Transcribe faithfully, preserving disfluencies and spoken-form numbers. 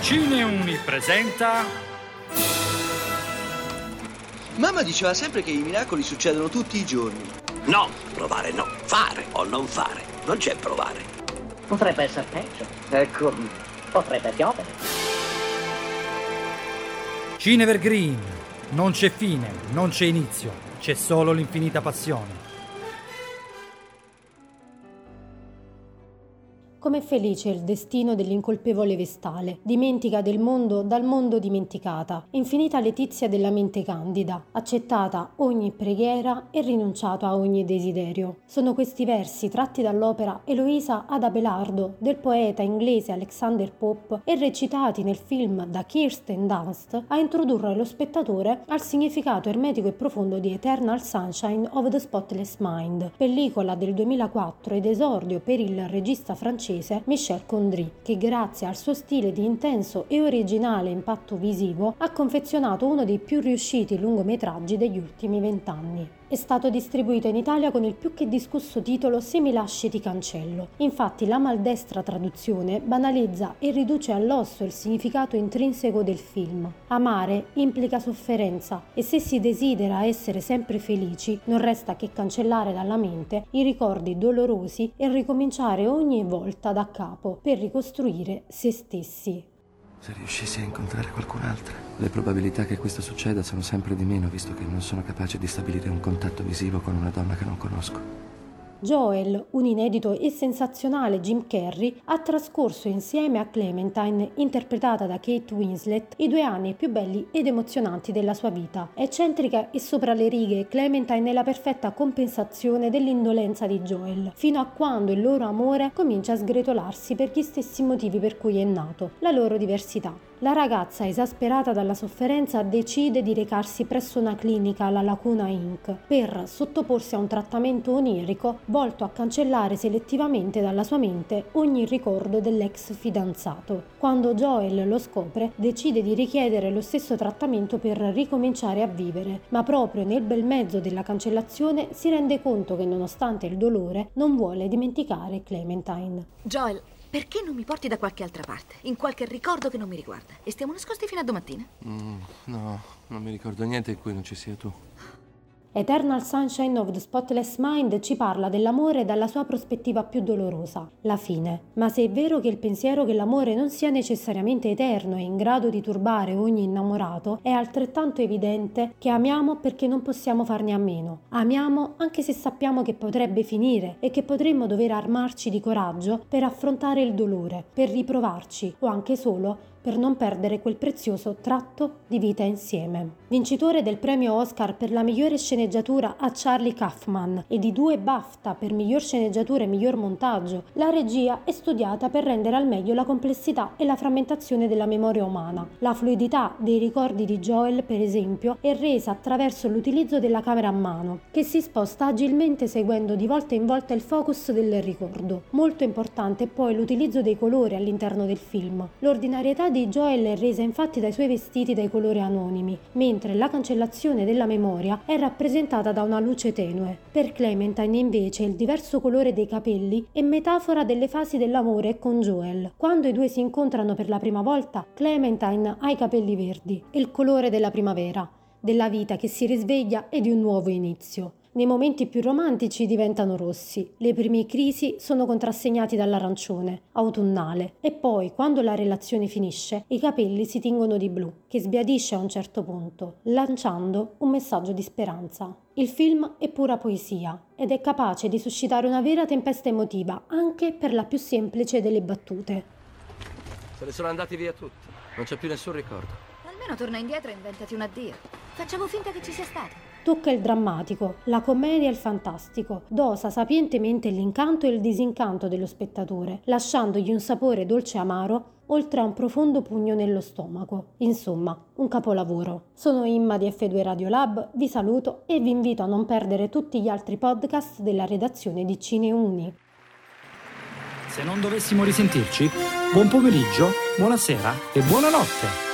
Cineuni presenta... Mamma diceva sempre che i miracoli succedono tutti i giorni. No, provare no, fare o non fare, non c'è provare. Potrebbe essere peggio. Ecco, potrebbe piovere. Cinevergreen. Non c'è fine, non c'è inizio, c'è solo l'infinita passione. Com'è felice il destino dell'incolpevole Vestale, dimentica del mondo dal mondo dimenticata, infinita letizia della mente candida, accettata ogni preghiera e rinunciato a ogni desiderio. Sono questi versi tratti dall'opera Eloisa ad Abelardo del poeta inglese Alexander Pope e recitati nel film da Kirsten Dunst a introdurre lo spettatore al significato ermetico e profondo di Eternal Sunshine of the Spotless Mind, pellicola del duemilaquattro ed esordio per il regista francese Michel Gondry, che grazie al suo stile di intenso e originale impatto visivo ha confezionato uno dei più riusciti lungometraggi degli ultimi vent'anni. È stato distribuito in Italia con il più che discusso titolo Se mi lasci ti cancello. Infatti la maldestra traduzione banalizza e riduce all'osso il significato intrinseco del film. Amare implica sofferenza e se si desidera essere sempre felici non resta che cancellare dalla mente i ricordi dolorosi e ricominciare ogni volta da capo per ricostruire se stessi. Se riuscissi a incontrare qualcun'altra, le probabilità che questo succeda sono sempre di meno, visto che non sono capace di stabilire un contatto visivo con una donna che non conosco. Joel, un inedito e sensazionale Jim Carrey, ha trascorso insieme a Clementine, interpretata da Kate Winslet, i due anni più belli ed emozionanti della sua vita. Eccentrica e sopra le righe, Clementine è la perfetta compensazione dell'indolenza di Joel, fino a quando il loro amore comincia a sgretolarsi per gli stessi motivi per cui è nato, la loro diversità. La ragazza, esasperata dalla sofferenza, decide di recarsi presso una clinica, la Lacuna incorporated, per sottoporsi a un trattamento onirico volto a cancellare selettivamente dalla sua mente ogni ricordo dell'ex fidanzato. Quando Joel lo scopre, decide di richiedere lo stesso trattamento per ricominciare a vivere, ma proprio nel bel mezzo della cancellazione si rende conto che nonostante il dolore non vuole dimenticare Clementine. Joel, perché non mi porti da qualche altra parte? In qualche ricordo che non mi riguarda? E stiamo nascosti fino a domattina? Mm, no, non mi ricordo niente in cui non ci sia tu. Eternal Sunshine of the Spotless Mind ci parla dell'amore dalla sua prospettiva più dolorosa, la fine. Ma se è vero che il pensiero che l'amore non sia necessariamente eterno e in grado di turbare ogni innamorato, è altrettanto evidente che amiamo perché non possiamo farne a meno. Amiamo anche se sappiamo che potrebbe finire e che potremmo dover armarci di coraggio per affrontare il dolore, per riprovarci o anche solo per non perdere quel prezioso tratto di vita insieme. Vincitore del premio Oscar per la migliore sceneggiatura a Charlie Kaufman e di due BAFTA per miglior sceneggiatura e miglior montaggio, la regia è studiata per rendere al meglio la complessità e la frammentazione della memoria umana. La fluidità dei ricordi di Joel, per esempio, è resa attraverso l'utilizzo della camera a mano, che si sposta agilmente seguendo di volta in volta il focus del ricordo. Molto importante è poi l'utilizzo dei colori all'interno del film. L'ordinarietà di Joel è resa infatti dai suoi vestiti dai colori anonimi, mentre la cancellazione della memoria è rappresentata da una luce tenue. Per Clementine invece il diverso colore dei capelli è metafora delle fasi dell'amore con Joel. Quando i due si incontrano per la prima volta, Clementine ha i capelli verdi, è il colore della primavera, della vita che si risveglia e di un nuovo inizio. Nei momenti più romantici diventano rossi, le prime crisi sono contrassegnati dall'arancione, autunnale, e poi, quando la relazione finisce, i capelli si tingono di blu, che sbiadisce a un certo punto, lanciando un messaggio di speranza. Il film è pura poesia ed è capace di suscitare una vera tempesta emotiva, anche per la più semplice delle battute. Se ne sono andati via tutti, non c'è più nessun ricordo. Almeno torna indietro e inventati un addio. Facciamo finta che ci sia stato. Tocca il drammatico, la commedia e il fantastico, dosa sapientemente l'incanto e il disincanto dello spettatore, lasciandogli un sapore dolce e amaro, oltre a un profondo pugno nello stomaco. Insomma, un capolavoro. Sono Imma di F due Radio Lab, vi saluto e vi invito a non perdere tutti gli altri podcast della redazione di Cineuni. Se non dovessimo risentirci, buon pomeriggio, buonasera e buonanotte.